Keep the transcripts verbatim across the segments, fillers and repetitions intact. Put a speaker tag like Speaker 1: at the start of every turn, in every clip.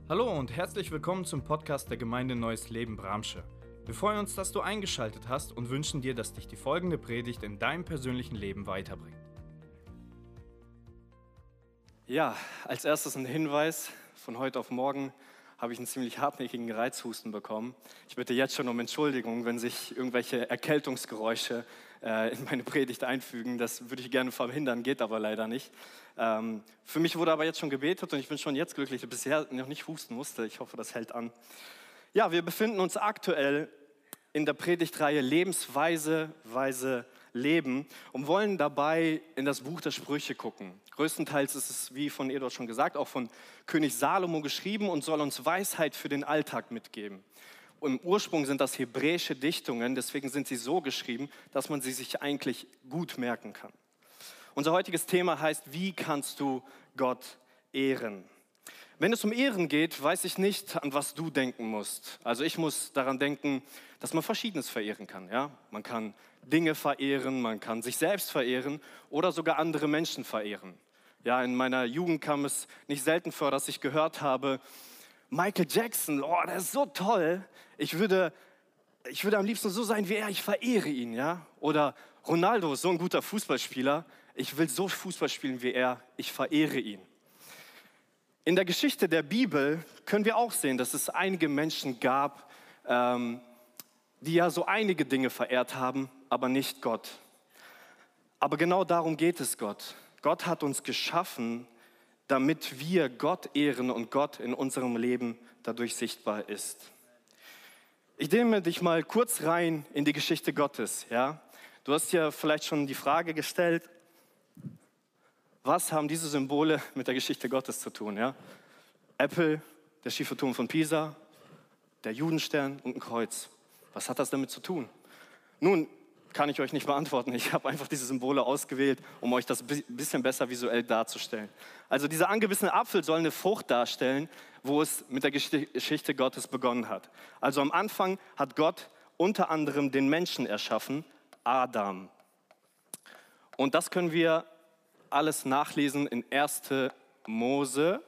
Speaker 1: Hallo und herzlich willkommen zum Podcast der Gemeinde Neues Leben Bramsche. Wir freuen uns, dass du eingeschaltet hast und wünschen dir, dass dich die folgende Predigt in deinem persönlichen Leben weiterbringt.
Speaker 2: Ja, als erstes ein Hinweis. Von heute auf morgen habe ich einen ziemlich hartnäckigen Reizhusten bekommen. Ich bitte jetzt schon um Entschuldigung, wenn sich irgendwelche Erkältungsgeräusche äh, in meine Predigt einfügen. Das würde ich gerne verhindern, geht aber leider nicht. Ähm, für mich wurde aber jetzt schon gebetet und ich bin schon jetzt glücklich, dass ich bisher noch nicht husten musste. Ich hoffe, das hält an. Ja, wir befinden uns aktuell in der Predigtreihe Lebensweise, Weise Leben und wollen dabei in das Buch der Sprüche gucken. Größtenteils ist es, wie von Eduard schon gesagt, auch von König Salomo geschrieben und soll uns Weisheit für den Alltag mitgeben. Und im Ursprung sind das hebräische Dichtungen, deswegen sind sie so geschrieben, dass man sie sich eigentlich gut merken kann. Unser heutiges Thema heißt, wie kannst du Gott ehren? Wenn es um Ehren geht, weiß ich nicht, an was du denken musst. Also ich muss daran denken, dass man Verschiedenes verehren kann. Ja? Man kann Dinge verehren, man kann sich selbst verehren oder sogar andere Menschen verehren. Ja, in meiner Jugend kam es nicht selten vor, dass ich gehört habe, Michael Jackson, oh, der ist so toll, ich würde, ich würde am liebsten so sein wie er, ich verehre ihn. Ja? Oder Ronaldo ist so ein guter Fußballspieler, ich will so Fußball spielen wie er, ich verehre ihn. In der Geschichte der Bibel können wir auch sehen, dass es einige Menschen gab, ähm, die ja so einige Dinge verehrt haben, aber nicht Gott. Aber genau darum geht es Gott. Gott hat uns geschaffen, damit wir Gott ehren und Gott in unserem Leben dadurch sichtbar ist. Ich nehme dich mal kurz rein in die Geschichte Gottes. Ja? Du hast ja vielleicht schon die Frage gestellt, was haben diese Symbole mit der Geschichte Gottes zu tun? Ja? Äpfel, der schiefe Turm von Pisa, der Judenstern und ein Kreuz. Was hat das damit zu tun? Nun, kann ich euch nicht beantworten. Ich habe einfach diese Symbole ausgewählt, um euch das ein bisschen besser visuell darzustellen. Also dieser angebissene Apfel soll eine Frucht darstellen, wo es mit der Geschichte Gottes begonnen hat. Also am Anfang hat Gott unter anderem den Menschen erschaffen, Adam. Und das können wir alles nachlesen in erster Mose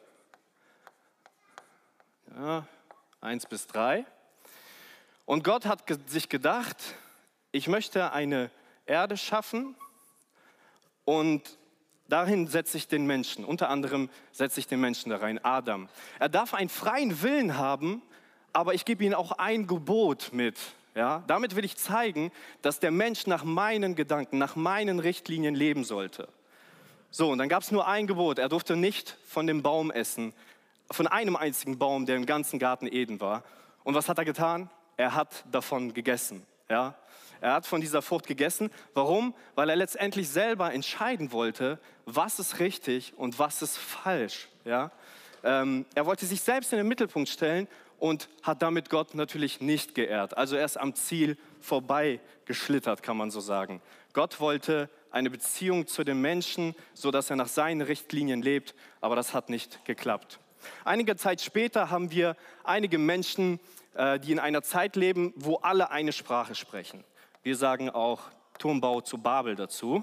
Speaker 2: ja, eins bis drei. Und Gott hat ge- sich gedacht, ich möchte eine Erde schaffen und dahin setze ich den Menschen. Unter anderem setze ich den Menschen da rein, Adam. Er darf einen freien Willen haben, aber ich gebe ihm auch ein Gebot mit. Ja? Damit will ich zeigen, dass der Mensch nach meinen Gedanken, nach meinen Richtlinien leben sollte. So, und dann gab es nur ein Gebot. Er durfte nicht von dem Baum essen, von einem einzigen Baum, der im ganzen Garten Eden war. Und was hat er getan? Er hat davon gegessen. Ja? Er hat von dieser Frucht gegessen. Warum? Weil er letztendlich selber entscheiden wollte, was ist richtig und was ist falsch. Ja? Ähm, er wollte sich selbst in den Mittelpunkt stellen und hat damit Gott natürlich nicht geehrt. Also er ist am Ziel vorbei geschlittert, kann man so sagen. Gott wollte eine Beziehung zu den Menschen, sodass er nach seinen Richtlinien lebt, aber das hat nicht geklappt. Einige Zeit später haben wir einige Menschen, die in einer Zeit leben, wo alle eine Sprache sprechen. Wir sagen auch Turmbau zu Babel dazu.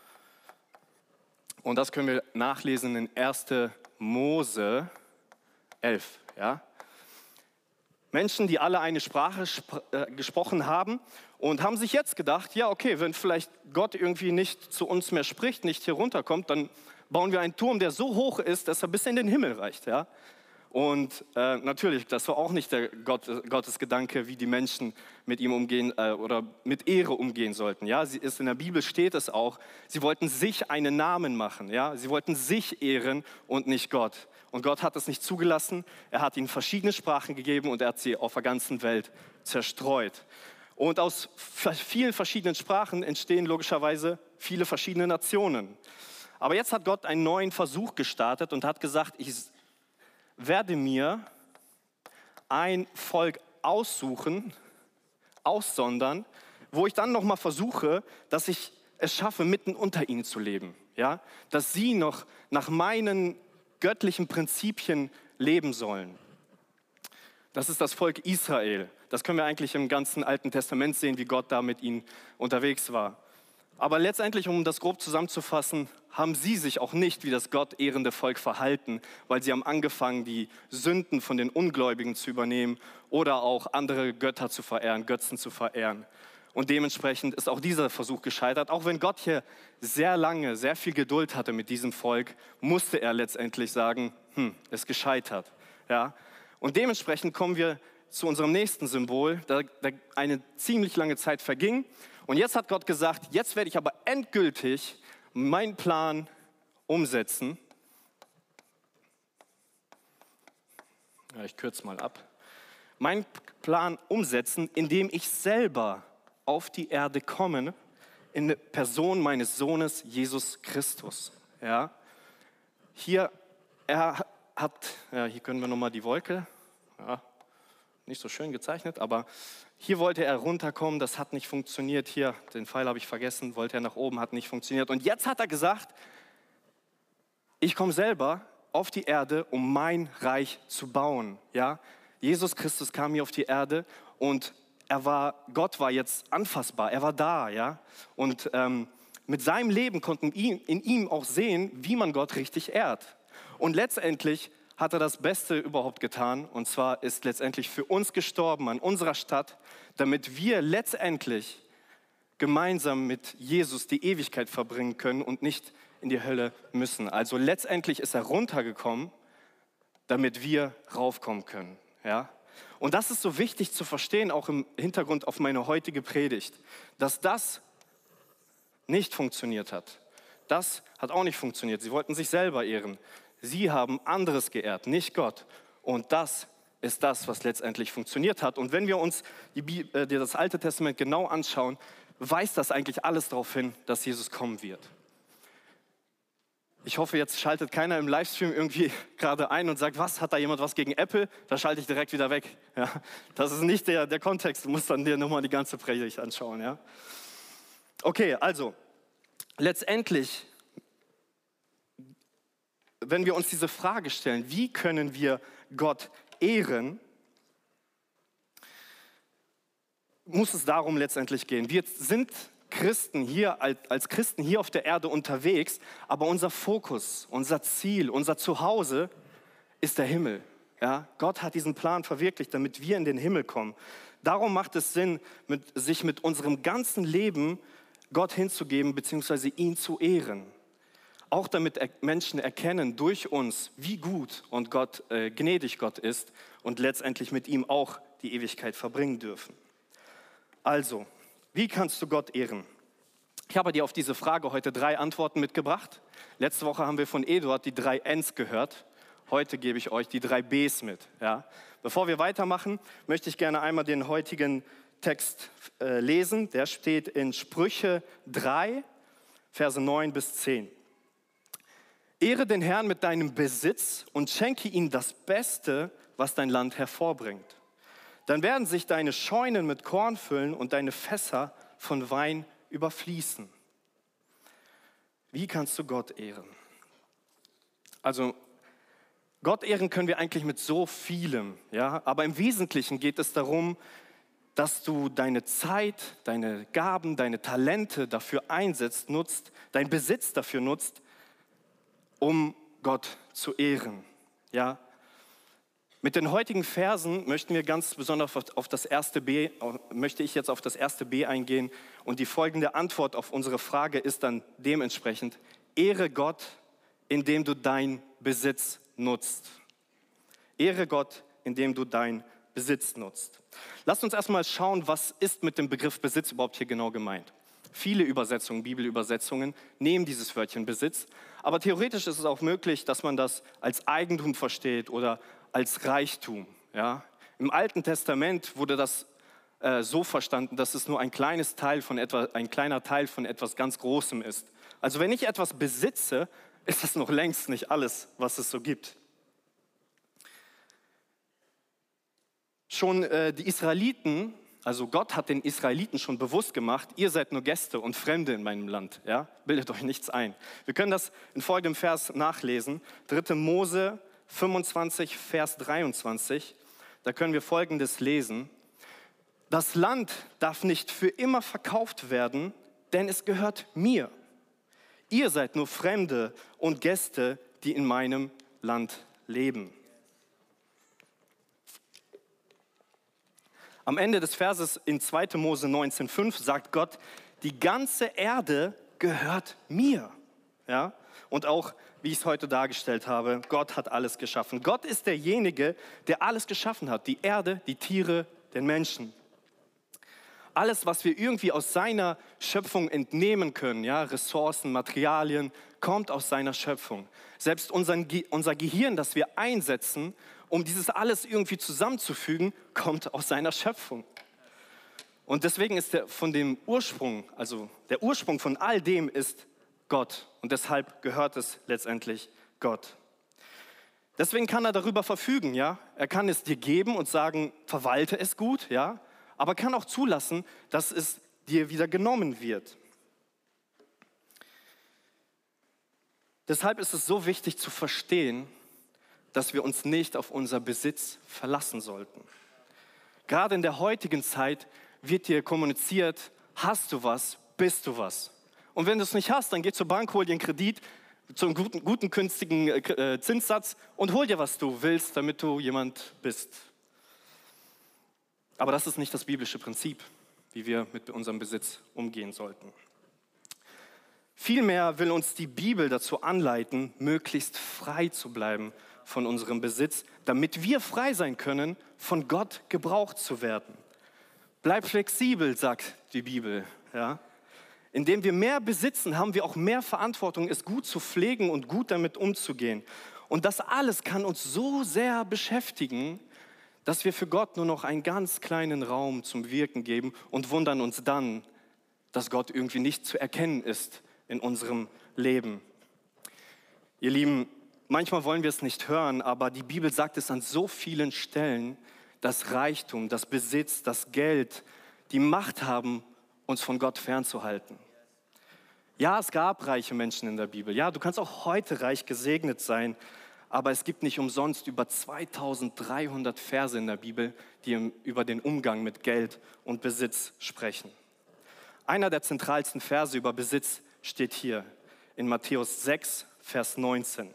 Speaker 2: Und das können wir nachlesen in erster Mose elf. Ja? Menschen, die alle eine Sprache spr- äh, gesprochen haben und haben sich jetzt gedacht, ja okay, wenn vielleicht Gott irgendwie nicht zu uns mehr spricht, nicht hier runterkommt, dann bauen wir einen Turm, der so hoch ist, dass er bis in den Himmel reicht. Ja? Und äh, natürlich, das war auch nicht der Gott, Gottes Gedanke, wie die Menschen mit ihm umgehen äh, oder mit Ehre umgehen sollten. Ja, sie ist in der Bibel steht es auch. Sie wollten sich einen Namen machen. Ja, sie wollten sich ehren und nicht Gott. Und Gott hat es nicht zugelassen. Er hat ihnen verschiedene Sprachen gegeben und er hat sie auf der ganzen Welt zerstreut. Und aus vielen verschiedenen Sprachen entstehen logischerweise viele verschiedene Nationen. Aber jetzt hat Gott einen neuen Versuch gestartet und hat gesagt, ich werde mir ein Volk aussuchen, aussondern, wo ich dann nochmal versuche, dass ich es schaffe, mitten unter ihnen zu leben. Ja? Dass sie noch nach meinen göttlichen Prinzipien leben sollen. Das ist das Volk Israel. Das können wir eigentlich im ganzen Alten Testament sehen, wie Gott da mit ihnen unterwegs war. Aber letztendlich, um das grob zusammenzufassen, haben sie sich auch nicht wie das gottehrende Volk verhalten, weil sie haben angefangen, die Sünden von den Ungläubigen zu übernehmen oder auch andere Götter zu verehren, Götzen zu verehren. Und dementsprechend ist auch dieser Versuch gescheitert. Auch wenn Gott hier sehr lange, sehr viel Geduld hatte mit diesem Volk, musste er letztendlich sagen, hm, es ist gescheitert. Ja? Und dementsprechend kommen wir zu unserem nächsten Symbol, da, da eine ziemlich lange Zeit verging. Und jetzt hat Gott gesagt, jetzt werde ich aber endgültig meinen Plan umsetzen. Ja, ich kürze mal ab. Meinen Plan umsetzen, indem ich selber auf die Erde komme, in der Person meines Sohnes Jesus Christus. Ja? Hier, er hat, ja, hier können wir nochmal die Wolke, ja, nicht so schön gezeichnet, aber hier wollte er runterkommen, das hat nicht funktioniert. Hier, den Pfeil habe ich vergessen, wollte er nach oben, hat nicht funktioniert. Und jetzt hat er gesagt, ich komme selber auf die Erde, um mein Reich zu bauen. Ja? Jesus Christus kam hier auf die Erde und er war, Gott war jetzt anfassbar, er war da. Ja? Und ähm, mit seinem Leben konnten ihn, in ihm auch sehen, wie man Gott richtig ehrt. Und letztendlich hat er das Beste überhaupt getan, und zwar ist letztendlich für uns gestorben an unserer Stadt, damit wir letztendlich gemeinsam mit Jesus die Ewigkeit verbringen können und nicht in die Hölle müssen. Also letztendlich ist er runtergekommen, damit wir raufkommen können. Ja? Und das ist so wichtig zu verstehen, auch im Hintergrund auf meine heutige Predigt, dass das nicht funktioniert hat. Das hat auch nicht funktioniert. Sie wollten sich selber ehren. Sie haben anderes geehrt, nicht Gott. Und das ist das, was letztendlich funktioniert hat. Und wenn wir uns die, äh, das Alte Testament genau anschauen, weist das eigentlich alles darauf hin, dass Jesus kommen wird. Ich hoffe, jetzt schaltet keiner im Livestream irgendwie gerade ein und sagt, was, hat da jemand was gegen Apple? Da schalte ich direkt wieder weg. Ja, das ist nicht der, der Kontext, du musst dann dir nochmal die ganze Predigt anschauen. Ja? Okay, also, letztendlich, wenn wir uns diese Frage stellen, wie können wir Gott ehren, muss es darum letztendlich gehen. Wir sind Christen hier, als Christen hier auf der Erde unterwegs, aber unser Fokus, unser Ziel, unser Zuhause ist der Himmel. Ja? Gott hat diesen Plan verwirklicht, damit wir in den Himmel kommen. Darum macht es Sinn, mit, sich mit unserem ganzen Leben Gott hinzugeben, beziehungsweise ihn zu ehren. Auch damit Menschen erkennen durch uns, wie gut und Gott, äh, gnädig Gott ist und letztendlich mit ihm auch die Ewigkeit verbringen dürfen. Also, wie kannst du Gott ehren? Ich habe dir auf diese Frage heute drei Antworten mitgebracht. Letzte Woche haben wir von Eduard die drei Ns gehört. Heute gebe ich euch die drei Bs mit. Ja? Bevor wir weitermachen, möchte ich gerne einmal den heutigen Text äh, lesen. Der steht in Sprüche drei, Verse neun bis zehn. Ehre den Herrn mit deinem Besitz und schenke ihm das Beste, was dein Land hervorbringt. Dann werden sich deine Scheunen mit Korn füllen und deine Fässer von Wein überfließen. Wie kannst du Gott ehren? Also Gott ehren können wir eigentlich mit so vielem, ja? Aber im Wesentlichen geht es darum, dass du deine Zeit, deine Gaben, deine Talente dafür einsetzt, nutzt, deinen Besitz dafür nutzt, um Gott zu ehren. Ja? Mit den heutigen Versen möchten wir ganz besonders auf das erste B, möchte ich jetzt auf das erste B eingehen, und die folgende Antwort auf unsere Frage ist dann dementsprechend: Ehre Gott, indem du deinen Besitz nutzt. Ehre Gott, indem du deinen Besitz nutzt. Lasst uns erstmal schauen, was ist mit dem Begriff Besitz überhaupt hier genau gemeint. Viele Übersetzungen, Bibelübersetzungen, nehmen dieses Wörtchen Besitz, aber theoretisch ist es auch möglich, dass man das als Eigentum versteht oder als Reichtum. Ja? Im Alten Testament wurde das äh, so verstanden, dass es nur ein kleines Teil von etwa, ein kleiner Teil von etwas ganz Großem ist. Also wenn ich etwas besitze, ist das noch längst nicht alles, was es so gibt. Schon äh, die Israeliten, also Gott hat den Israeliten schon bewusst gemacht, ihr seid nur Gäste und Fremde in meinem Land. Ja? Bildet euch nichts ein. Wir können das in folgendem Vers nachlesen. dritte Mose fünfundzwanzig, Vers dreiundzwanzig. Da können wir Folgendes lesen. Das Land darf nicht für immer verkauft werden, denn es gehört mir. Ihr seid nur Fremde und Gäste, die in meinem Land leben. Am Ende des Verses in zweiter Mose neunzehn fünf sagt Gott, die ganze Erde gehört mir. Ja? Und auch, wie ich es heute dargestellt habe, Gott hat alles geschaffen. Gott ist derjenige, der alles geschaffen hat. Die Erde, die Tiere, den Menschen. Alles, was wir irgendwie aus seiner Schöpfung entnehmen können, ja, Ressourcen, Materialien, kommt aus seiner Schöpfung. Selbst unser, unser Gehirn, das wir einsetzen, um dieses alles irgendwie zusammenzufügen, kommt aus seiner Schöpfung. Und deswegen ist der von dem Ursprung, also der Ursprung von all dem ist Gott. Und deshalb gehört es letztendlich Gott. Deswegen kann er darüber verfügen, ja. Er kann es dir geben und sagen, verwalte es gut, ja. Aber kann auch zulassen, dass es dir wieder genommen wird. Deshalb ist es so wichtig zu verstehen, dass wir uns nicht auf unser Besitz verlassen sollten. Gerade in der heutigen Zeit wird dir kommuniziert, hast du was, bist du was. Und wenn du es nicht hast, dann geh zur Bank, hol dir einen Kredit zu einem guten, guten günstigen äh, Zinssatz und hol dir, was du willst, damit du jemand bist. Aber das ist nicht das biblische Prinzip, wie wir mit unserem Besitz umgehen sollten. Vielmehr will uns die Bibel dazu anleiten, möglichst frei zu bleiben von unserem Besitz, damit wir frei sein können, von Gott gebraucht zu werden. Bleib flexibel, sagt die Bibel. Ja? Indem wir mehr besitzen, haben wir auch mehr Verantwortung, es gut zu pflegen und gut damit umzugehen. Und das alles kann uns so sehr beschäftigen, dass wir für Gott nur noch einen ganz kleinen Raum zum Wirken geben und wundern uns dann, dass Gott irgendwie nicht zu erkennen ist in unserem Leben. Ihr Lieben, manchmal wollen wir es nicht hören, aber die Bibel sagt es an so vielen Stellen, dass Reichtum, das Besitz, das Geld die Macht haben, uns von Gott fernzuhalten. Ja, es gab reiche Menschen in der Bibel. Ja, du kannst auch heute reich gesegnet sein, aber es gibt nicht umsonst über zweitausenddreihundert Verse in der Bibel, die über den Umgang mit Geld und Besitz sprechen. Einer der zentralsten Verse über Besitz steht hier in Matthäus sechs, Vers neunzehn.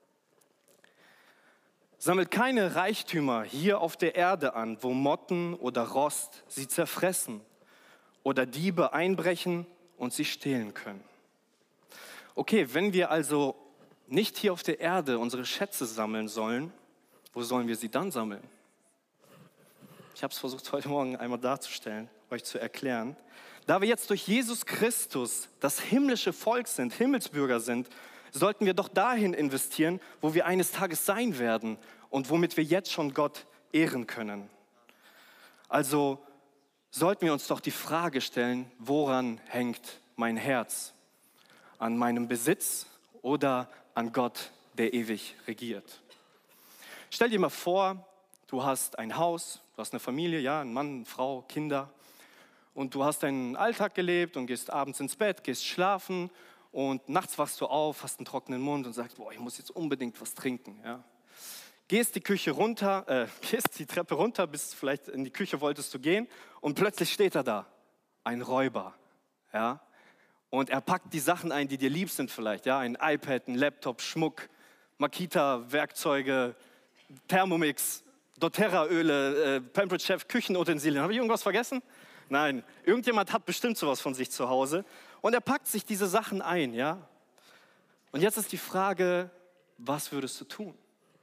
Speaker 2: Sammelt keine Reichtümer hier auf der Erde an, wo Motten oder Rost sie zerfressen oder Diebe einbrechen und sie stehlen können. Okay, wenn wir also nicht hier auf der Erde unsere Schätze sammeln sollen, wo sollen wir sie dann sammeln? Ich habe es versucht, heute Morgen einmal darzustellen, euch zu erklären. Da wir jetzt durch Jesus Christus das himmlische Volk sind, Himmelsbürger sind, sollten wir doch dahin investieren, wo wir eines Tages sein werden und womit wir jetzt schon Gott ehren können. Also sollten wir uns doch die Frage stellen, woran hängt mein Herz? An meinem Besitz oder an Gott, der ewig regiert? Stell dir mal vor, du hast ein Haus, du hast eine Familie, ja, einen Mann, eine Frau, Kinder und du hast deinen Alltag gelebt und gehst abends ins Bett, gehst schlafen und nachts wachst du auf, hast einen trockenen Mund und sagst, boah, ich muss jetzt unbedingt was trinken, ja. Gehst die Küche runter, äh, gehst die Treppe runter, bis vielleicht in die Küche wolltest du gehen und plötzlich steht er da, ein Räuber, ja. Und er packt die Sachen ein, die dir lieb sind vielleicht, ja, ein iPad, ein Laptop, Schmuck, Makita, Werkzeuge, Thermomix, doTERRA-Öle, äh, Pampered Chef, Küchenutensilien. Habe ich irgendwas vergessen? Nein, irgendjemand hat bestimmt sowas von sich zu Hause und er packt sich diese Sachen ein, ja. Und jetzt ist die Frage, was würdest du tun?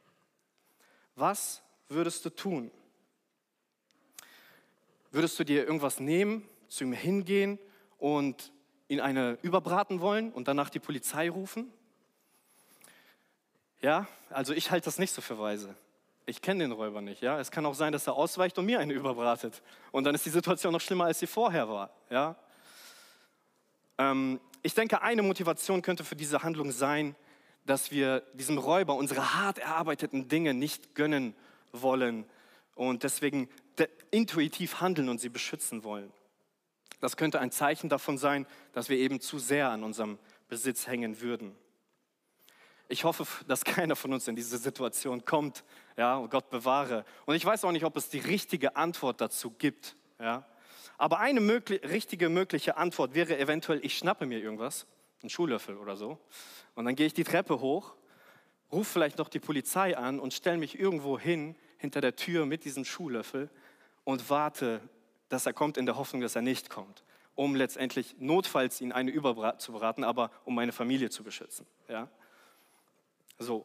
Speaker 2: Was würdest du tun? Würdest du dir irgendwas nehmen, zu ihm hingehen und ihn eine überbraten wollen und danach die Polizei rufen? Ja, also ich halte das nicht so für weise. Ich kenne den Räuber nicht. Ja? Es kann auch sein, dass er ausweicht und mir eine überbratet. Und dann ist die Situation noch schlimmer, als sie vorher war. Ja? Ähm, ich denke, eine Motivation könnte für diese Handlung sein, dass wir diesem Räuber unsere hart erarbeiteten Dinge nicht gönnen wollen und deswegen intuitiv handeln und sie beschützen wollen. Das könnte ein Zeichen davon sein, dass wir eben zu sehr an unserem Besitz hängen würden. Ich hoffe, dass keiner von uns in diese Situation kommt, ja, Gott bewahre. Und ich weiß auch nicht, ob es die richtige Antwort dazu gibt. Ja. Aber eine möglich, richtige mögliche Antwort wäre eventuell, ich schnappe mir irgendwas, einen Schuhlöffel oder so, und dann gehe ich die Treppe hoch, rufe vielleicht noch die Polizei an und stelle mich irgendwo hin, hinter der Tür mit diesem Schuhlöffel und warte, dass er kommt, in der Hoffnung, dass er nicht kommt, um letztendlich notfalls ihn eine überzubraten, aber um meine Familie zu beschützen. Ja? So.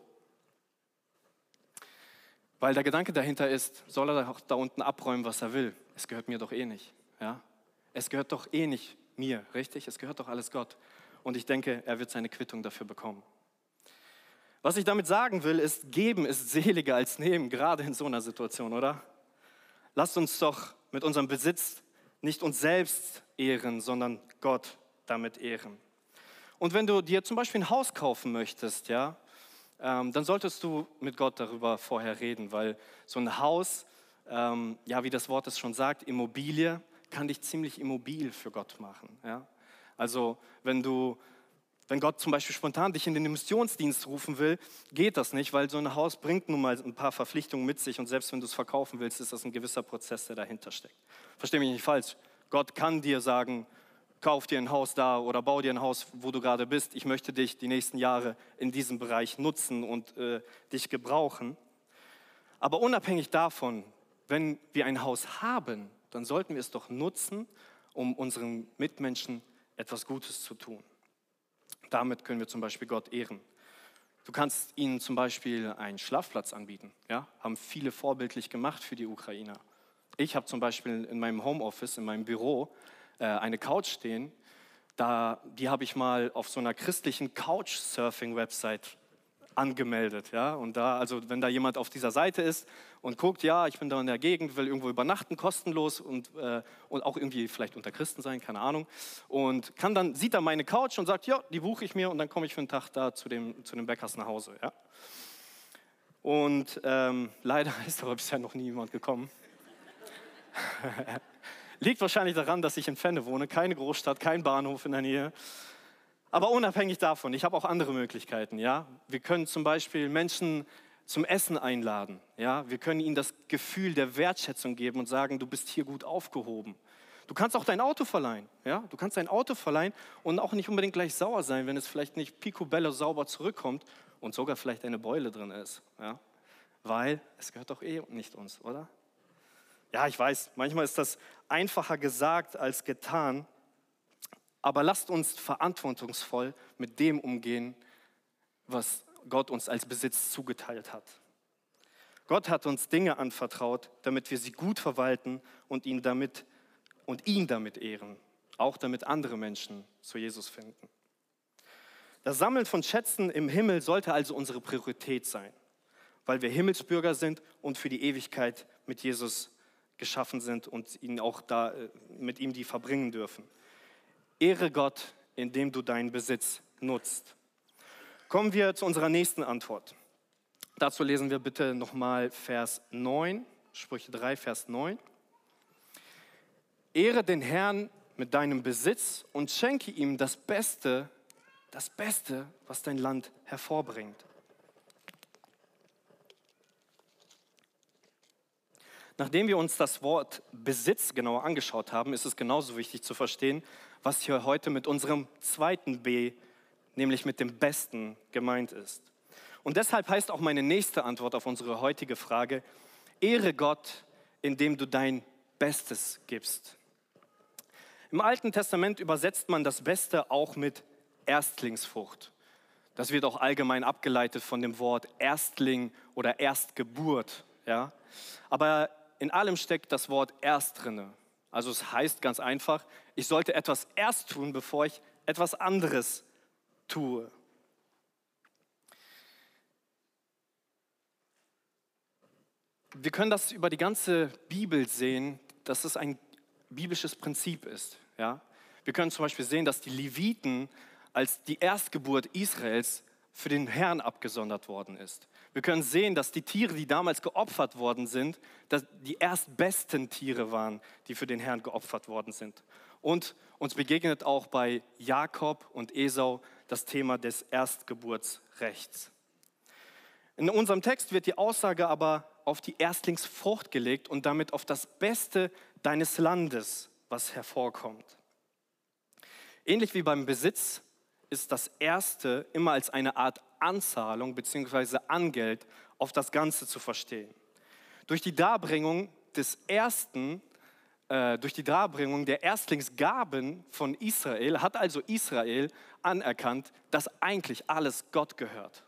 Speaker 2: Weil der Gedanke dahinter ist, soll er auch da unten abräumen, was er will? Es gehört mir doch eh nicht. Ja? Es gehört doch eh nicht mir, richtig? Es gehört doch alles Gott. Und ich denke, er wird seine Quittung dafür bekommen. Was ich damit sagen will, ist, geben ist seliger als nehmen, gerade in so einer Situation, oder? Lasst uns doch mit unserem Besitz nicht uns selbst ehren, sondern Gott damit ehren. Und wenn du dir zum Beispiel ein Haus kaufen möchtest, ja, ähm, dann solltest du mit Gott darüber vorher reden, weil so ein Haus, ähm, ja, wie das Wort es schon sagt, Immobilie, kann dich ziemlich immobil für Gott machen. Ja? Also wenn du Wenn Gott zum Beispiel spontan dich in den Missionsdienst rufen will, geht das nicht, weil so ein Haus bringt nun mal ein paar Verpflichtungen mit sich und selbst wenn du es verkaufen willst, ist das ein gewisser Prozess, der dahinter steckt. Versteh mich nicht falsch. Gott kann dir sagen, kauf dir ein Haus da oder bau dir ein Haus, wo du gerade bist. Ich möchte dich die nächsten Jahre in diesem Bereich nutzen und äh, dich gebrauchen. Aber unabhängig davon, wenn wir ein Haus haben, dann sollten wir es doch nutzen, um unseren Mitmenschen etwas Gutes zu tun. Damit können wir zum Beispiel Gott ehren. Du kannst ihnen zum Beispiel einen Schlafplatz anbieten. Ja? Haben viele vorbildlich gemacht für die Ukrainer. Ich habe zum Beispiel in meinem Homeoffice, in meinem Büro, äh, eine Couch stehen. Da, die habe ich mal auf so einer christlichen Couchsurfing-Website angemeldet. Ja? Und da, also wenn da jemand auf dieser Seite ist und guckt, ja, ich bin da in der Gegend, will irgendwo übernachten, kostenlos und, äh, und auch irgendwie vielleicht unter Christen sein, keine Ahnung. Und kann dann, sieht dann meine Couch und sagt, ja, die buche ich mir und dann komme ich für einen Tag da zu dem, zu dem Bäckers nach Hause. Ja? Und ähm, leider ist aber bisher noch nie jemand gekommen. Liegt wahrscheinlich daran, dass ich in Fenne wohne, keine Großstadt, kein Bahnhof in der Nähe. Aber unabhängig davon, ich habe auch andere Möglichkeiten. Ja? Wir können zum Beispiel Menschen zum Essen einladen. Ja? Wir können ihnen das Gefühl der Wertschätzung geben und sagen, du bist hier gut aufgehoben. Du kannst auch dein Auto verleihen. Ja? Du kannst dein Auto verleihen und auch nicht unbedingt gleich sauer sein, wenn es vielleicht nicht picobello sauber zurückkommt und sogar vielleicht eine Beule drin ist. Ja? Weil es gehört doch eh nicht uns, oder? Ja, ich weiß, manchmal ist das einfacher gesagt als getan. Aber lasst uns verantwortungsvoll mit dem umgehen, was Gott uns als Besitz zugeteilt hat. Gott hat uns Dinge anvertraut, damit wir sie gut verwalten und ihn damit, und ihn damit ehren, auch damit andere Menschen zu Jesus finden. Das Sammeln von Schätzen im Himmel sollte also unsere Priorität sein, weil wir Himmelsbürger sind und für die Ewigkeit mit Jesus geschaffen sind und ihn auch da, mit ihm die verbringen dürfen. Ehre Gott, indem du deinen Besitz nutzt. Kommen wir zu unserer nächsten Antwort. Dazu lesen wir bitte nochmal Vers neun, Sprüche drei, Vers neun. Ehre den Herrn mit deinem Besitz und schenke ihm das Beste, das Beste, was dein Land hervorbringt. Nachdem wir uns das Wort Besitz genauer angeschaut haben, ist es genauso wichtig zu verstehen, was hier heute mit unserem zweiten B, nämlich mit dem Besten, gemeint ist. Und deshalb heißt auch meine nächste Antwort auf unsere heutige Frage, ehre Gott, indem du dein Bestes gibst. Im Alten Testament übersetzt man das Beste auch mit Erstlingsfrucht. Das wird auch allgemein abgeleitet von dem Wort Erstling oder Erstgeburt. Ja? Aber in allem steckt das Wort erst drinne. Also es heißt ganz einfach, ich sollte etwas erst tun, bevor ich etwas anderes tue. Wir können das über die ganze Bibel sehen, dass es ein biblisches Prinzip ist. Ja? Wir können zum Beispiel sehen, dass die Leviten als die Erstgeburt Israels für den Herrn abgesondert worden ist. Wir können sehen, dass die Tiere, die damals geopfert worden sind, dass die erstbesten Tiere waren, die für den Herrn geopfert worden sind. Und uns begegnet auch bei Jakob und Esau das Thema des Erstgeburtsrechts. In unserem Text wird die Aussage aber auf die Erstlingsfrucht gelegt und damit auf das Beste deines Landes, was hervorkommt. Ähnlich wie beim Besitz ist das Erste immer als eine Art Anzahlung bzw. Angeld auf das Ganze zu verstehen. Durch die Darbringung des Ersten, äh, durch die Darbringung der Erstlingsgaben von Israel hat also Israel anerkannt, dass eigentlich alles Gott gehört.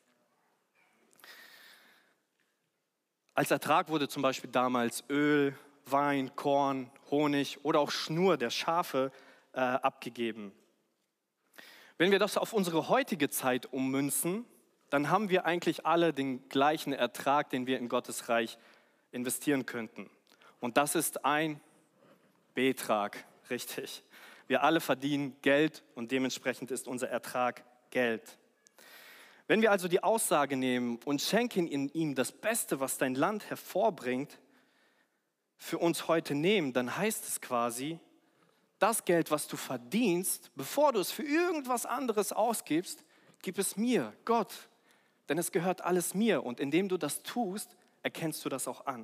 Speaker 2: Als Ertrag wurde zum Beispiel damals Öl, Wein, Korn, Honig oder auch Schnur der Schafe äh, abgegeben. Wenn wir das auf unsere heutige Zeit ummünzen, dann haben wir eigentlich alle den gleichen Ertrag, den wir in Gottes Reich investieren könnten. Und das ist ein Betrag, richtig. Wir alle verdienen Geld und dementsprechend ist unser Ertrag Geld. Wenn wir also die Aussage nehmen und schenken in ihm das Beste, was dein Land hervorbringt, für uns heute nehmen, dann heißt es quasi, das Geld, was du verdienst, bevor du es für irgendwas anderes ausgibst, gib es mir, Gott. Denn es gehört alles mir und indem du das tust, erkennst du das auch an.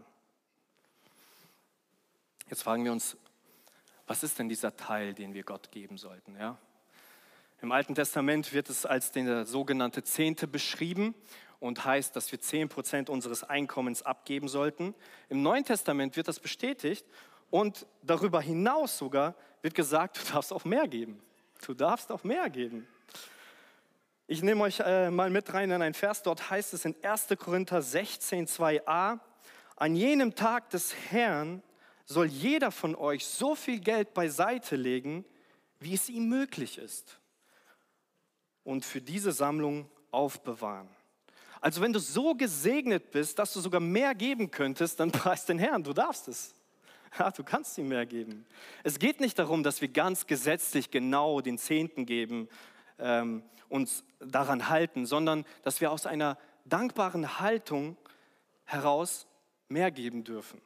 Speaker 2: Jetzt fragen wir uns, was ist denn dieser Teil, den wir Gott geben sollten? Ja? Im Alten Testament wird es als der sogenannte Zehnte beschrieben und heißt, dass wir zehn Prozent unseres Einkommens abgeben sollten. Im Neuen Testament wird das bestätigt und darüber hinaus sogar wird gesagt, du darfst auch mehr geben. Du darfst auch mehr geben. Ich nehme euch äh, mal mit rein in einen Vers, dort heißt es in erster Korinther sechzehn, zwei a, an jenem Tag des Herrn soll jeder von euch so viel Geld beiseite legen, wie es ihm möglich ist und für diese Sammlung aufbewahren. Also wenn du so gesegnet bist, dass du sogar mehr geben könntest, dann preis den Herrn, du darfst es. Ja, du kannst ihm mehr geben. Es geht nicht darum, dass wir ganz gesetzlich genau den Zehnten geben, ähm, uns daran halten, sondern dass wir aus einer dankbaren Haltung heraus mehr geben dürfen.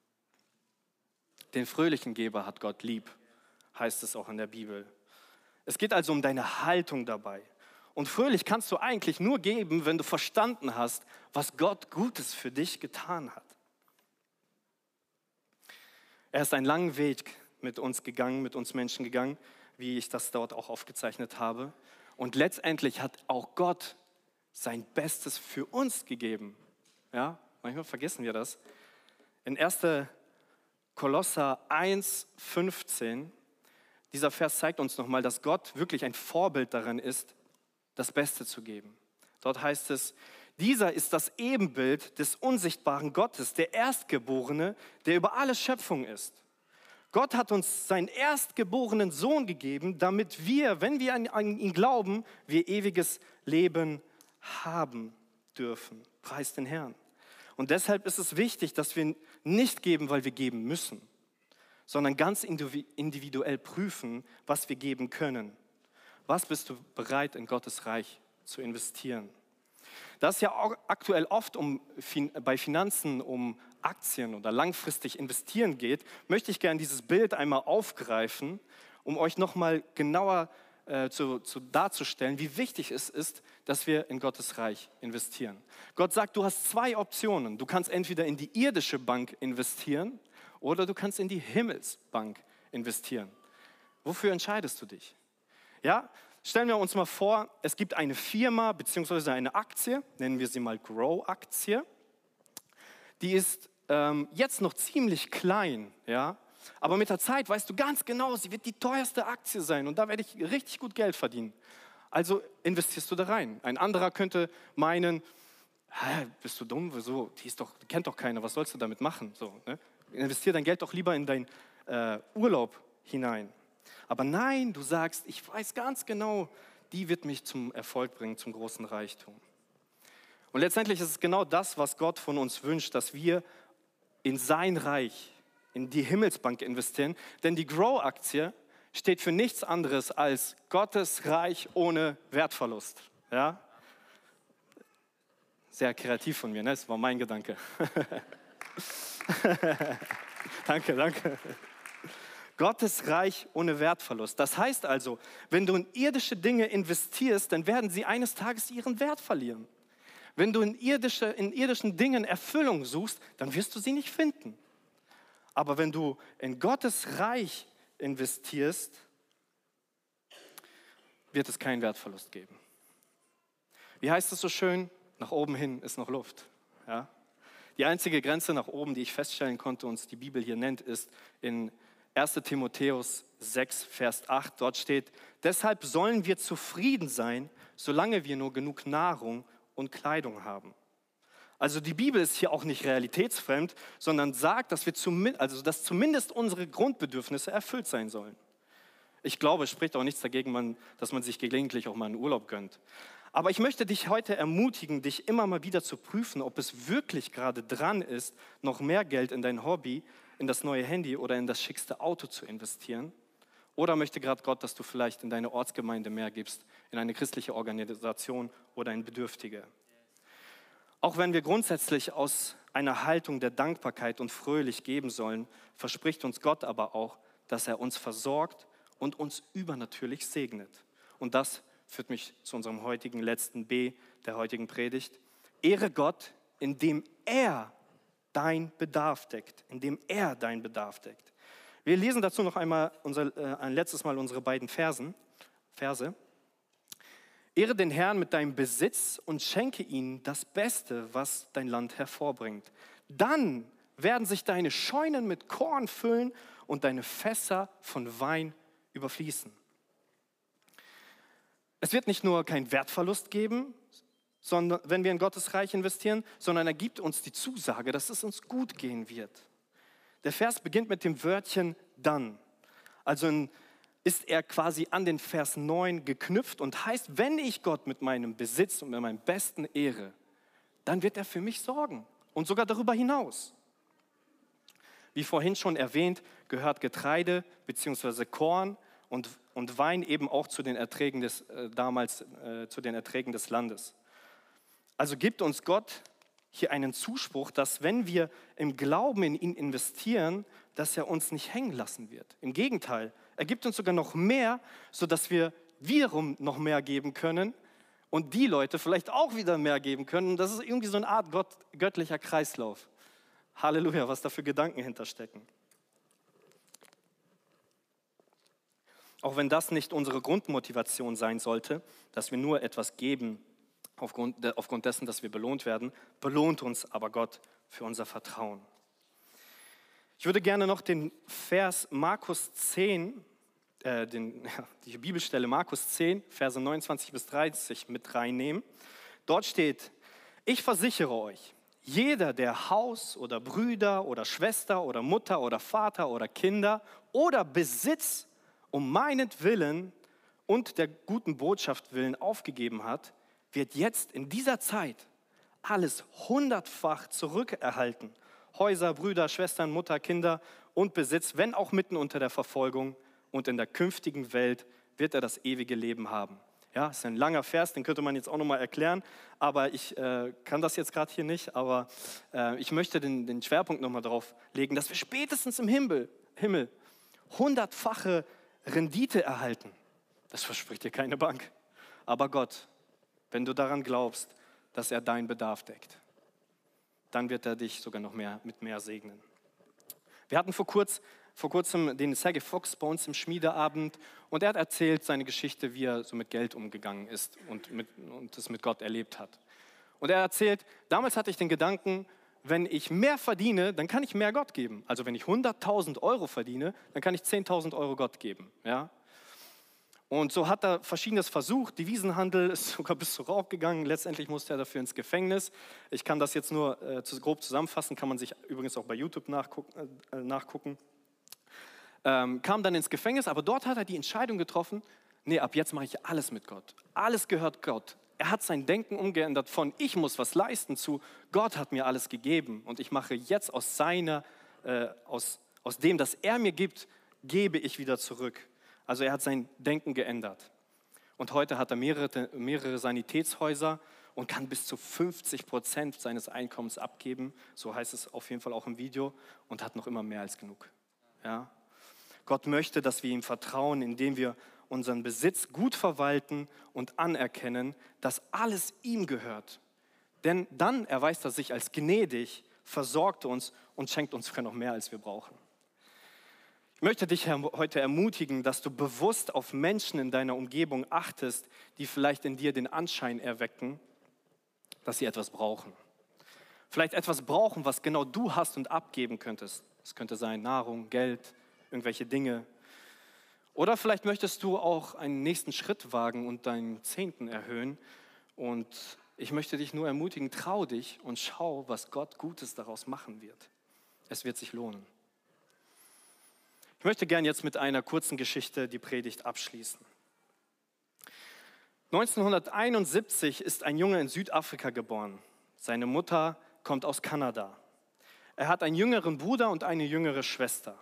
Speaker 2: Den fröhlichen Geber hat Gott lieb, heißt es auch in der Bibel. Es geht also um deine Haltung dabei. Und fröhlich kannst du eigentlich nur geben, wenn du verstanden hast, was Gott Gutes für dich getan hat. Er ist einen langen Weg mit uns gegangen, mit uns Menschen gegangen, wie ich das dort auch aufgezeichnet habe. Und letztendlich hat auch Gott sein Bestes für uns gegeben. Ja, manchmal vergessen wir das. In erster Kolosser eins, fünfzehn, dieser Vers zeigt uns nochmal, dass Gott wirklich ein Vorbild darin ist, das Beste zu geben. Dort heißt es, dieser ist das Ebenbild des unsichtbaren Gottes, der Erstgeborene, der über alle Schöpfung ist. Gott hat uns seinen erstgeborenen Sohn gegeben, damit wir, wenn wir an ihn glauben, wir ewiges Leben haben dürfen. Preis den Herrn. Und deshalb ist es wichtig, dass wir nicht geben, weil wir geben müssen, sondern ganz individuell prüfen, was wir geben können. Was bist du bereit, in Gottes Reich zu investieren? Da es ja auch aktuell oft um, bei Finanzen um Aktien oder langfristig investieren geht, möchte ich gerne dieses Bild einmal aufgreifen, um euch nochmal genauer äh, zu, zu darzustellen, wie wichtig es ist, dass wir in Gottes Reich investieren. Gott sagt, du hast zwei Optionen. Du kannst entweder in die irdische Bank investieren oder du kannst in die Himmelsbank investieren. Wofür entscheidest du dich? Ja, stellen wir uns mal vor, es gibt eine Firma bzw. eine Aktie, nennen wir sie mal Grow-Aktie. Die ist ähm, jetzt noch ziemlich klein, ja, aber mit der Zeit weißt du ganz genau, sie wird die teuerste Aktie sein und da werde ich richtig gut Geld verdienen. Also investierst du da rein. Ein anderer könnte meinen, hä, bist du dumm, wieso? Die, ist doch, die kennt doch keiner, was sollst du damit machen? So, ne? Investier dein Geld doch lieber in deinen äh, Urlaub hinein. Aber nein, du sagst, ich weiß ganz genau, die wird mich zum Erfolg bringen, zum großen Reichtum. Und letztendlich ist es genau das, was Gott von uns wünscht, dass wir in sein Reich, in die Himmelsbank investieren. Denn die Grow-Aktie steht für nichts anderes als Gottes Reich ohne Wertverlust. Ja? Sehr kreativ von mir, ne? Das war mein Gedanke. Danke, danke. Gottes Reich ohne Wertverlust. Das heißt also, wenn du in irdische Dinge investierst, dann werden sie eines Tages ihren Wert verlieren. Wenn du in, irdische, in irdischen Dingen Erfüllung suchst, dann wirst du sie nicht finden. Aber wenn du in Gottes Reich investierst, wird es keinen Wertverlust geben. Wie heißt es so schön? Nach oben hin ist noch Luft. Ja? Die einzige Grenze nach oben, die ich feststellen konnte, uns die Bibel hier nennt, ist in erster Timotheus sechs, Vers acht. Dort steht, deshalb sollen wir zufrieden sein, solange wir nur genug Nahrung und Kleidung haben. Also die Bibel ist hier auch nicht realitätsfremd, sondern sagt, dass, wir zumindest, also dass zumindest unsere Grundbedürfnisse erfüllt sein sollen. Ich glaube, es spricht auch nichts dagegen, man, dass man sich gelegentlich auch mal einen Urlaub gönnt. Aber ich möchte dich heute ermutigen, dich immer mal wieder zu prüfen, ob es wirklich gerade dran ist, noch mehr Geld in dein Hobby, in das neue Handy oder in das schickste Auto zu investieren. Oder möchte gerade Gott, dass du vielleicht in deine Ortsgemeinde mehr gibst, in eine christliche Organisation oder in Bedürftige. Auch wenn wir grundsätzlich aus einer Haltung der Dankbarkeit und fröhlich geben sollen, verspricht uns Gott aber auch, dass er uns versorgt und uns übernatürlich segnet. Und das führt mich zu unserem heutigen letzten B der heutigen Predigt. Ehre Gott, indem er dein Bedarf deckt, indem er dein Bedarf deckt. Wir lesen dazu noch einmal unser, äh, ein letztes Mal unsere beiden Versen, Verse. Ehre den Herrn mit deinem Besitz und schenke ihm das Beste, was dein Land hervorbringt. Dann werden sich deine Scheunen mit Korn füllen und deine Fässer von Wein überfließen. Es wird nicht nur keinen Wertverlust geben, sondern, wenn wir in Gottes Reich investieren, sondern er gibt uns die Zusage, dass es uns gut gehen wird. Der Vers beginnt mit dem Wörtchen dann. Also in, ist er quasi an den Vers neun geknüpft und heißt, wenn ich Gott mit meinem Besitz und mit meinem Besten ehre, dann wird er für mich sorgen und sogar darüber hinaus. Wie vorhin schon erwähnt, gehört Getreide bzw. Korn und, und Wein eben auch zu den Erträgen des, äh, damals äh, zu den Erträgen des Landes. Also gibt uns Gott hier einen Zuspruch, dass wenn wir im Glauben in ihn investieren, dass er uns nicht hängen lassen wird. Im Gegenteil, er gibt uns sogar noch mehr, sodass wir wiederum noch mehr geben können und die Leute vielleicht auch wieder mehr geben können. Und das ist irgendwie so eine Art Gott, göttlicher Kreislauf. Halleluja, was da für Gedanken hinterstecken. Auch wenn das nicht unsere Grundmotivation sein sollte, dass wir nur etwas geben, aufgrund, aufgrund dessen, dass wir belohnt werden, belohnt uns aber Gott für unser Vertrauen. Ich würde gerne noch den Vers Markus zehn, äh, den, ja, die Bibelstelle Markus zehn, Verse neunundzwanzig bis dreißig mit reinnehmen. Dort steht, ich versichere euch, jeder, der Haus oder Brüder oder Schwester oder Mutter oder Vater oder Kinder oder Besitz um meinetwillen und der guten Botschaft willen aufgegeben hat, wird jetzt in dieser Zeit alles hundertfach zurückerhalten. Häuser, Brüder, Schwestern, Mutter, Kinder und Besitz, wenn auch mitten unter der Verfolgung. Und in der künftigen Welt wird er das ewige Leben haben. Ja, das ist ein langer Vers, den könnte man jetzt auch nochmal erklären, aber ich äh, kann das jetzt gerade hier nicht. Aber äh, ich möchte den, den Schwerpunkt nochmal drauf legen, dass wir spätestens im Himmel, Himmel hundertfache Rendite erhalten. Das verspricht dir keine Bank. Aber Gott, wenn du daran glaubst, dass er deinen Bedarf deckt, dann wird er dich sogar noch mehr mit mehr segnen. Wir hatten vor, kurz, vor kurzem den Sergei Fox bei uns im Schmiedeabend und er hat erzählt seine Geschichte, wie er so mit Geld umgegangen ist und, mit, und es mit Gott erlebt hat. Und er erzählt, damals hatte ich den Gedanken, wenn ich mehr verdiene, dann kann ich mehr Gott geben. Also wenn ich hunderttausend Euro verdiene, dann kann ich zehntausend Euro Gott geben. Ja? Und so hat er Verschiedenes versucht. Devisenhandel ist sogar bis zu Rauch gegangen. Letztendlich musste er dafür ins Gefängnis. Ich kann das jetzt nur äh, zu, grob zusammenfassen, kann man sich übrigens auch bei YouTube nachgucken. Äh, nachgucken. Ähm, kam dann ins Gefängnis, aber dort hat er die Entscheidung getroffen, nee, ab jetzt mache ich alles mit Gott. Alles gehört Gott. Er hat sein Denken umgeändert von ich muss was leisten zu Gott hat mir alles gegeben und ich mache jetzt aus seiner, äh, aus, aus dem, das er mir gibt, gebe ich wieder zurück. Also er hat sein Denken geändert. Und heute hat er mehrere, mehrere Sanitätshäuser und kann bis zu fünfzig Prozent seines Einkommens abgeben. So heißt es auf jeden Fall auch im Video und hat noch immer mehr als genug. Ja? Gott möchte, dass wir ihm vertrauen, indem wir unseren Besitz gut verwalten und anerkennen, dass alles ihm gehört. Denn dann erweist er sich als gnädig, versorgt uns und schenkt uns sogar noch mehr, als wir brauchen. Ich möchte dich heute ermutigen, dass du bewusst auf Menschen in deiner Umgebung achtest, die vielleicht in dir den Anschein erwecken, dass sie etwas brauchen. Vielleicht etwas brauchen, was genau du hast und abgeben könntest. Es könnte sein Nahrung, Geld, irgendwelche Dinge. Oder vielleicht möchtest du auch einen nächsten Schritt wagen und deinen Zehnten erhöhen. Und ich möchte dich nur ermutigen, trau dich und schau, was Gott Gutes daraus machen wird. Es wird sich lohnen. Ich möchte gern jetzt mit einer kurzen Geschichte die Predigt abschließen. neunzehnhunderteinundsiebzig ist ein Junge in Südafrika geboren. Seine Mutter kommt aus Kanada. Er hat einen jüngeren Bruder und eine jüngere Schwester.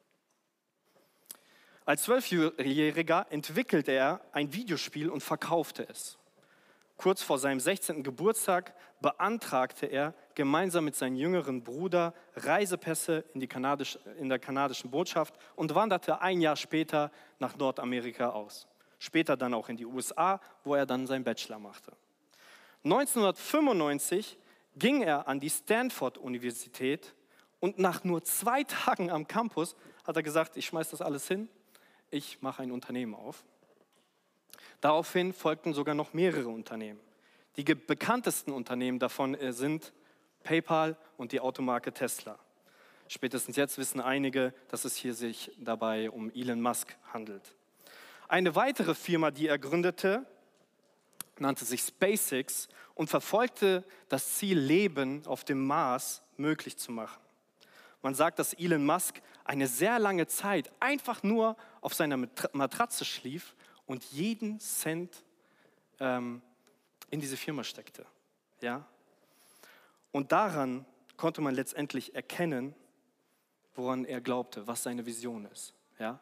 Speaker 2: Als Zwölfjähriger entwickelte er ein Videospiel und verkaufte es. Kurz vor seinem sechzehnten Geburtstag beantragte er gemeinsam mit seinem jüngeren Bruder Reisepässe in, die kanadisch, in der kanadischen Botschaft und wanderte ein Jahr später nach Nordamerika aus. Später dann auch in die U S A, wo er dann seinen Bachelor machte. neunzehnhundertfünfundneunzig ging er an die Stanford-Universität und nach nur zwei Tagen am Campus hat er gesagt, ich schmeiße das alles hin, ich mache ein Unternehmen auf. Daraufhin folgten sogar noch mehrere Unternehmen. Die bekanntesten Unternehmen davon sind PayPal und die Automarke Tesla. Spätestens jetzt wissen einige, dass es hier sich dabei um Elon Musk handelt. Eine weitere Firma, die er gründete, nannte sich SpaceX und verfolgte das Ziel, Leben auf dem Mars möglich zu machen. Man sagt, dass Elon Musk eine sehr lange Zeit einfach nur auf seiner Matratze schlief und jeden Cent ähm, in diese Firma steckte. Ja? Und daran konnte man letztendlich erkennen, woran er glaubte, was seine Vision ist. Ja?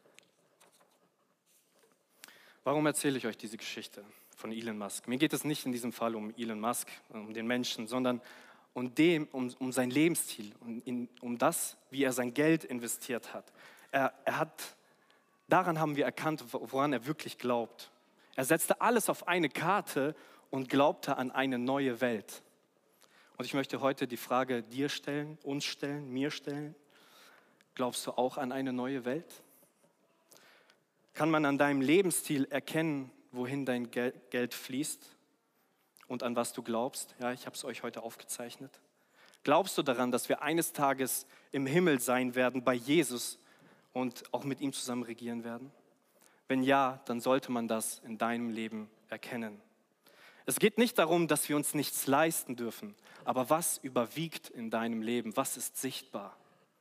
Speaker 2: Warum erzähle ich euch diese Geschichte von Elon Musk? Mir geht es nicht in diesem Fall um Elon Musk, um den Menschen, sondern um, dem, um, um sein Lebensstil, um, in, um das, wie er sein Geld investiert hat. Er, er hat. Daran haben wir erkannt, woran er wirklich glaubt. Er setzte alles auf eine Karte und glaubte an eine neue Welt. Und ich möchte heute die Frage dir stellen, uns stellen, mir stellen. Glaubst du auch an eine neue Welt? Kann man an deinem Lebensstil erkennen, wohin dein Geld fließt und an was du glaubst? Ja, ich habe es euch heute aufgezeichnet. Glaubst du daran, dass wir eines Tages im Himmel sein werden bei Jesus und auch mit ihm zusammen regieren werden? Wenn ja, dann sollte man das in deinem Leben erkennen. Es geht nicht darum, dass wir uns nichts leisten dürfen, aber was überwiegt in deinem Leben? Was ist sichtbar?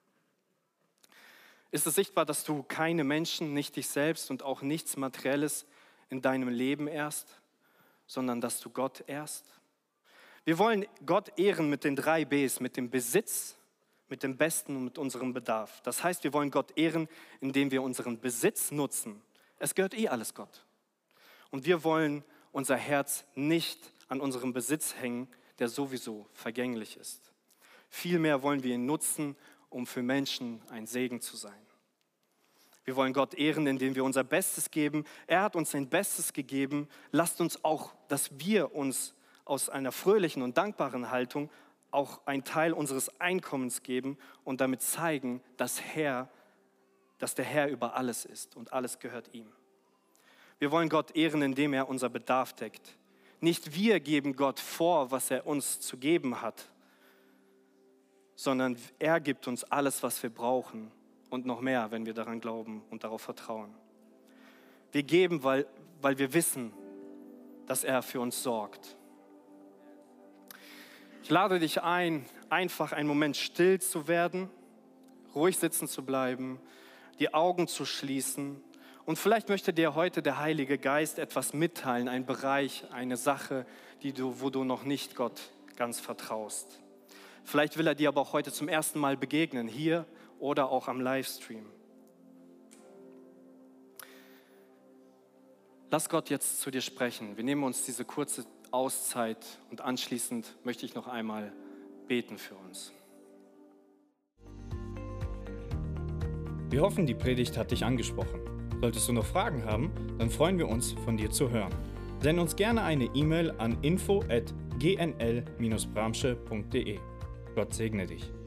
Speaker 2: Ist es sichtbar, dass du keine Menschen, nicht dich selbst und auch nichts Materielles in deinem Leben ehrst, sondern dass du Gott ehrst? Wir wollen Gott ehren mit den drei Bs, mit dem Besitz, mit dem Besten und mit unserem Bedarf. Das heißt, wir wollen Gott ehren, indem wir unseren Besitz nutzen. Es gehört eh alles Gott. Und wir wollen unser Herz nicht an unserem Besitz hängen, der sowieso vergänglich ist. Vielmehr wollen wir ihn nutzen, um für Menschen ein Segen zu sein. Wir wollen Gott ehren, indem wir unser Bestes geben. Er hat uns sein Bestes gegeben. Lasst uns auch, dass wir uns aus einer fröhlichen und dankbaren Haltung auch einen Teil unseres Einkommens geben und damit zeigen, dass, Herr, dass der Herr über alles ist und alles gehört ihm. Wir wollen Gott ehren, indem er unser Bedarf deckt. Nicht wir geben Gott vor, was er uns zu geben hat, sondern er gibt uns alles, was wir brauchen und noch mehr, wenn wir daran glauben und darauf vertrauen. Wir geben, weil, weil wir wissen, dass er für uns sorgt. Ich lade dich ein, einfach einen Moment still zu werden, ruhig sitzen zu bleiben, die Augen zu schließen. Und vielleicht möchte dir heute der Heilige Geist etwas mitteilen, einen Bereich, eine Sache, die du, wo du noch nicht Gott ganz vertraust. Vielleicht will er dir aber auch heute zum ersten Mal begegnen, hier oder auch am Livestream. Lass Gott jetzt zu dir sprechen. Wir nehmen uns diese kurze Auszeit und anschließend möchte ich noch einmal beten für uns.
Speaker 1: Wir hoffen, die Predigt hat dich angesprochen. Solltest du noch Fragen haben, dann freuen wir uns, von dir zu hören. Send uns gerne eine E-Mail an info at g n l dash bramsche punkt d e. Gott segne dich.